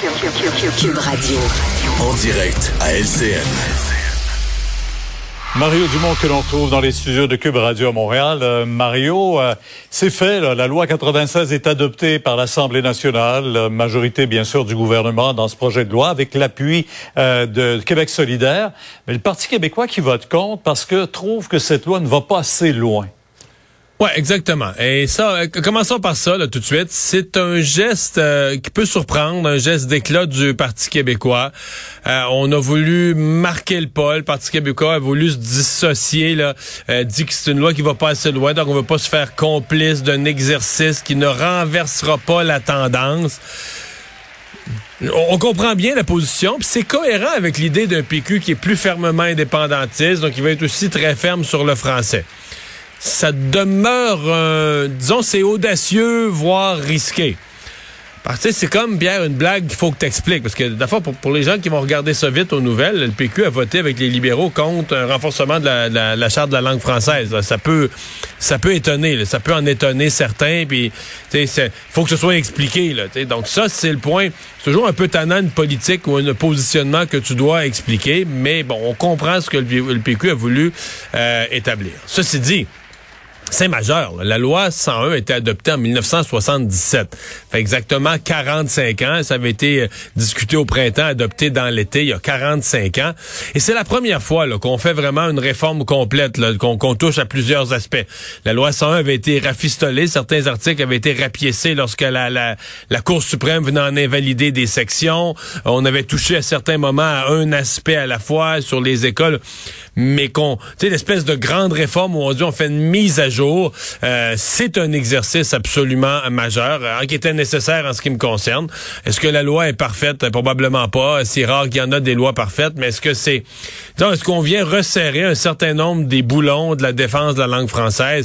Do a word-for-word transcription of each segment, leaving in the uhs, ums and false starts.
Cube Radio. En direct à L C N. Mario Dumont que l'on trouve dans les studios de Cube Radio à Montréal. Euh, Mario, euh, c'est fait, là, la loi quatre-vingt-seize est adoptée par l'Assemblée nationale, la majorité bien sûr du gouvernement dans ce projet de loi avec l'appui euh, de Québec solidaire. Mais le Parti québécois qui vote contre parce que trouve que cette loi ne va pas assez loin. Ouais, exactement. Et ça, commençons par ça là, tout de suite. C'est un geste euh, qui peut surprendre, un geste d'éclat du Parti québécois. Euh, on a voulu marquer le pas. Le Parti québécois a voulu se dissocier, là, euh, dit que c'est une loi qui va pas assez loin, donc on veut pas se faire complice d'un exercice qui ne renversera pas la tendance. On comprend bien la position, puis c'est cohérent avec l'idée d'un P Q qui est plus fermement indépendantiste, donc il va être aussi très ferme sur le français. Ça demeure, euh, disons, c'est audacieux, voire risqué. Parce que c'est comme, Pierre, une blague qu'il faut que tu expliques. Parce que, d'abord, pour, pour les gens qui vont regarder ça vite aux nouvelles, le P Q a voté avec les libéraux contre un renforcement de la, de la, la charte de la langue française. Là. Ça peut ça peut étonner. Là. Ça peut en étonner certains. Puis, il faut que ce soit expliqué. Là, donc ça, c'est le point. C'est toujours un peu tannant une politique ou un positionnement que tu dois expliquer. Mais bon, on comprend ce que le, le P Q a voulu euh, établir. Ceci dit, c'est majeur. Là. La loi cent un a été adoptée en dix-neuf cent soixante-dix-sept. Fait exactement quarante-cinq ans. Ça avait été discuté au printemps, adopté dans l'été, il y a quarante-cinq ans. Et c'est la première fois là, qu'on fait vraiment une réforme complète, là, qu'on, qu'on touche à plusieurs aspects. La loi cent un avait été rafistolée. Certains articles avaient été rapiécés lorsque la, la, la Cour suprême venait en invalider des sections. On avait touché à certains moments à un aspect à la fois sur les écoles, mais qu'on, tu sais, l'espèce de grande réforme où on dit on fait une mise à jour. Euh, c'est un exercice absolument majeur, hein, qui était nécessaire en ce qui me concerne. Est-ce que la loi est parfaite? Probablement pas. C'est rare qu'il y en a des lois parfaites, mais est-ce que c'est... Donc, est-ce qu'on vient resserrer un certain nombre des boulons de la défense de la langue française?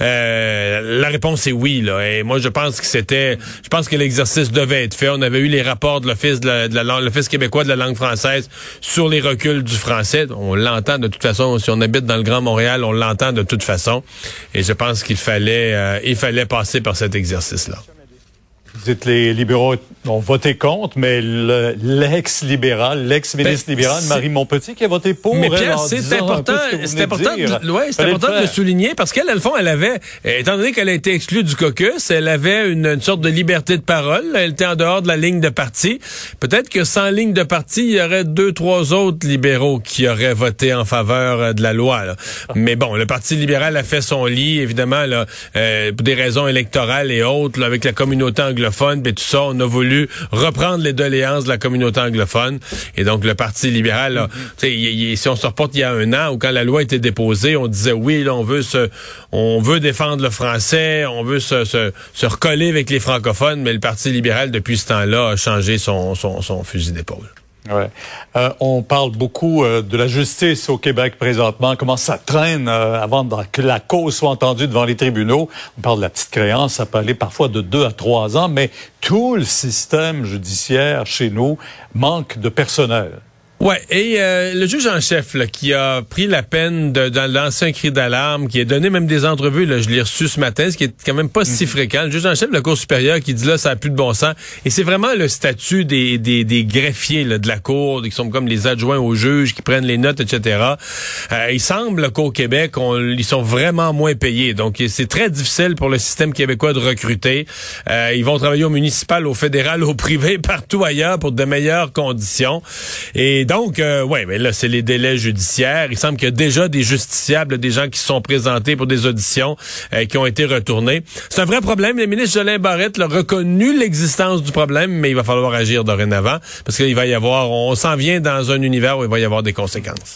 Euh, la réponse est oui, là. Et moi, je pense que c'était... Je pense que l'exercice devait être fait. On avait eu les rapports de l'Office de la, de la l'Office québécois de la langue française sur les reculs du français. On l'entend de toute façon. Si on habite dans le Grand Montréal, on l'entend de toute façon. Et je pense qu'il fallait, euh, il fallait passer par cet exercice-là. Vous dites les libéraux ont voté contre, mais le, l'ex-libéral, l'ex-ministre ben, libéral, Marie Montpetit, qui a voté pour. Mais Pierre, c'est important, c'est important, de, ouais, c'est important le de le souligner parce qu'elle, à le fond, elle avait, étant donné qu'elle a été exclue du caucus, elle avait une, une sorte de liberté de parole. Elle était en dehors de la ligne de parti. Peut-être que sans ligne de parti, il y aurait deux, trois autres libéraux qui auraient voté en faveur de la loi. Là. Mais bon, le Parti libéral a fait son lit, évidemment, là, euh, pour des raisons électorales et autres, là, avec la communauté anglophone. Puis tout ça, on a voulu reprendre les doléances de la communauté anglophone. Et donc, le Parti libéral, là, mm-hmm. y, y, si on se reporte il y a un an, ou quand la loi a été déposée, on disait oui, là, on veut se, on veut défendre le français, on veut se, se, se recoller avec les francophones, mais le Parti libéral, depuis ce temps-là, a changé son, son, son fusil d'épaule. Ouais. Euh, on parle beaucoup euh, de la justice au Québec présentement, comment ça traîne euh, avant que la cause soit entendue devant les tribunaux. On parle de la petite créance, ça peut aller parfois de deux à trois ans, mais tout le système judiciaire chez nous manque de personnel. Ouais, et euh, le juge en chef là, qui a pris la peine de, de lancer un cri d'alarme, qui a donné même des entrevues, là, je l'ai reçu ce matin, ce qui est quand même pas si fréquent. Le juge en chef de la Cour supérieure qui dit là, ça a plus de bon sens. Et c'est vraiment le statut des, des, des greffiers là, de la Cour, qui sont comme les adjoints aux juges, qui prennent les notes, et cetera. Euh, il semble qu'au Québec, on, ils sont vraiment moins payés. Donc, c'est très difficile pour le système québécois de recruter. Euh, ils vont travailler au municipal, au fédéral, au privé, partout ailleurs pour de meilleures conditions. Et donc, euh, ouais, mais là, c'est les délais judiciaires. Il semble qu'il y a déjà des justiciables, des gens qui se sont présentés pour des auditions, euh, qui ont été retournés. C'est un vrai problème. Le ministre Jolin Barrette a reconnu l'existence du problème, mais il va falloir agir dorénavant, parce qu'il va y avoir, on s'en vient dans un univers où il va y avoir des conséquences.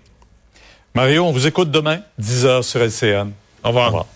Mario, on vous écoute demain, dix heures sur L C N. Au revoir. Au revoir.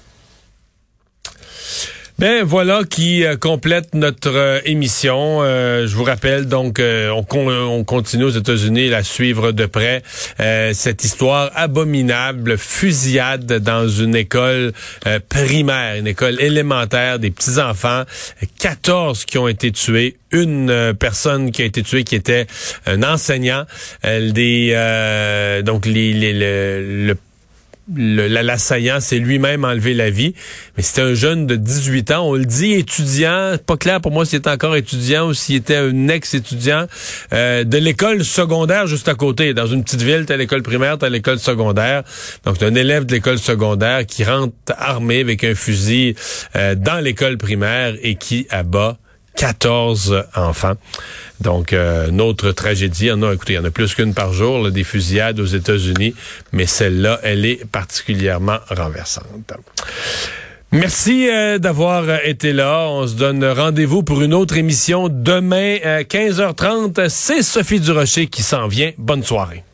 Ben voilà qui euh, complète notre euh, émission. Euh, je vous rappelle donc euh, on, con, on continue aux États-Unis à suivre de près euh, cette histoire abominable, fusillade dans une école euh, primaire, une école élémentaire, des petits enfants, quatorze qui ont été tués, une euh, personne qui a été tuée qui était un enseignant, euh, des euh, donc les, les le, le le, l'assaillant s'est lui-même enlevé la vie. Mais c'était un jeune de dix-huit ans. On le dit étudiant. Pas clair pour moi s'il était encore étudiant ou s'il était un ex-étudiant euh, de l'école secondaire juste à côté. Dans une petite ville, t'as l'école primaire, t'as l'école secondaire. Donc, c'est un élève de l'école secondaire qui rentre armé avec un fusil euh, dans l'école primaire et qui abat quatorze enfants. Donc, euh, une autre tragédie. Il y en a, écoutez, il y en a plus qu'une par jour, là, des fusillades aux États-Unis, mais celle-là, elle est particulièrement renversante. Merci euh, d'avoir été là. On se donne rendez-vous pour une autre émission demain à quinze heures trente. C'est Sophie Durocher qui s'en vient. Bonne soirée.